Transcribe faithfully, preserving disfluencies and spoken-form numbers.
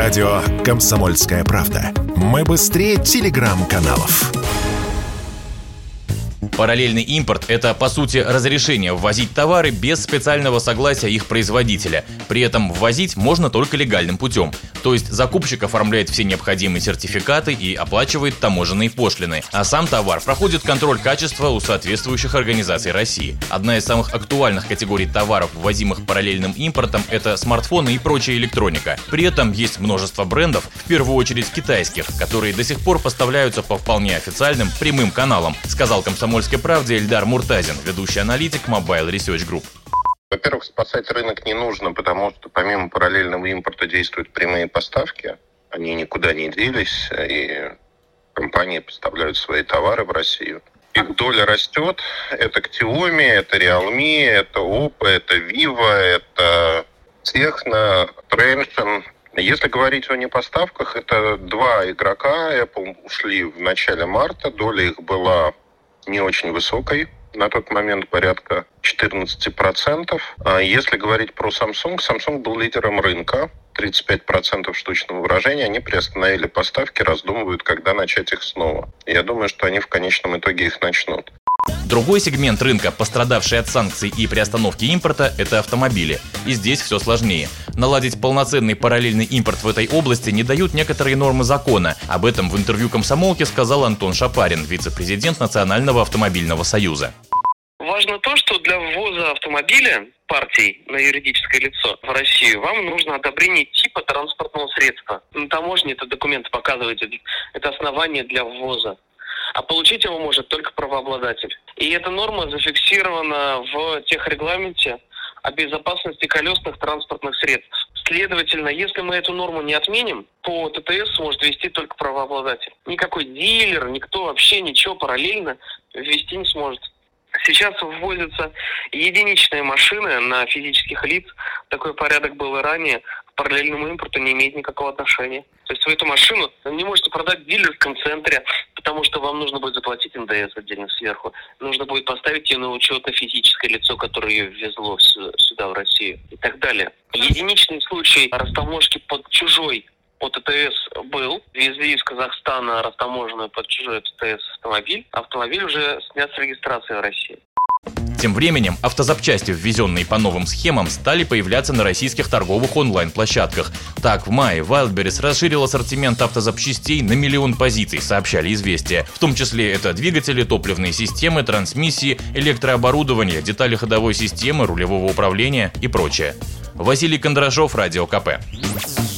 Радио «Комсомольская правда». Мы быстрее телеграм-каналов. Параллельный импорт – это, по сути, разрешение ввозить товары без специального согласия их производителя. При этом ввозить можно только легальным путем. То есть закупщик оформляет все необходимые сертификаты и оплачивает таможенные пошлины. А сам товар проходит контроль качества у соответствующих организаций России. Одна из самых актуальных категорий товаров, ввозимых параллельным импортом – это смартфоны и прочая электроника. При этом есть множество брендов, в первую очередь китайских, которые до сих пор поставляются по вполне официальным прямым каналам, сказал «Комсомольской правде» Эльдар Муртазин, ведущий аналитик Mobile Research Group. Во-первых, спасать рынок не нужно, потому что помимо параллельного импорта действуют прямые поставки. Они никуда не делись, и компании поставляют свои товары в Россию. Их доля растет. Это Xiaomi, это Realme, это Oppo, это Vivo, это Tecno, Transsion. Если говорить о непоставках, это два игрока. Apple ушли в начале марта. Доля их была не очень высокой. На тот момент порядка четырнадцать процентов. А если говорить про Samsung, Samsung был лидером рынка. тридцать пять процентов штучного выражения. Они приостановили поставки, раздумывают, когда начать их снова. Я думаю, что они в конечном итоге их начнут. Другой сегмент рынка, пострадавший от санкций и приостановки импорта, это автомобили. И здесь все сложнее. Наладить полноценный параллельный импорт в этой области не дают некоторые нормы закона. Об этом в интервью «Комсомолке» сказал Антон Шапарин, вице-президент Национального автомобильного союза. Важно то, что для ввоза автомобиля партий на юридическое лицо в Россию вам нужно одобрение типа транспортного средства. На таможне этот документ показывает, это основание для ввоза. А получить его может только правообладатель. И эта норма зафиксирована в техрегламенте о безопасности колесных транспортных средств. Следовательно, если мы эту норму не отменим, то ТТС сможет ввести только правообладатель. Никакой дилер, никто вообще ничего параллельно ввести не сможет. Сейчас ввозятся единичные машины на физических лиц. Такой порядок был и ранее. К параллельному импорту не имеет никакого отношения. То есть вы эту машину не можете продать в дилерском центре, потому что вам нужно будет заплатить эн дэ эс отдельно сверху. Нужно будет поставить ее на учет на физическое лицо, которое ее ввезло сюда, в Россию, и так далее. Единичный случай растаможки под чужой по ТТС был. Везли из Казахстана растаможенную под чужой ТТС автомобиль. Автомобиль уже снят с регистрации в России. Тем временем автозапчасти, ввезенные по новым схемам, стали появляться на российских торговых онлайн-площадках. Так, в мае Wildberries расширил ассортимент автозапчастей на миллион позиций, сообщали «Известия». В том числе это двигатели, топливные системы, трансмиссии, электрооборудование, детали ходовой системы, рулевого управления и прочее. Василий Кондрашов, Радио ка пэ.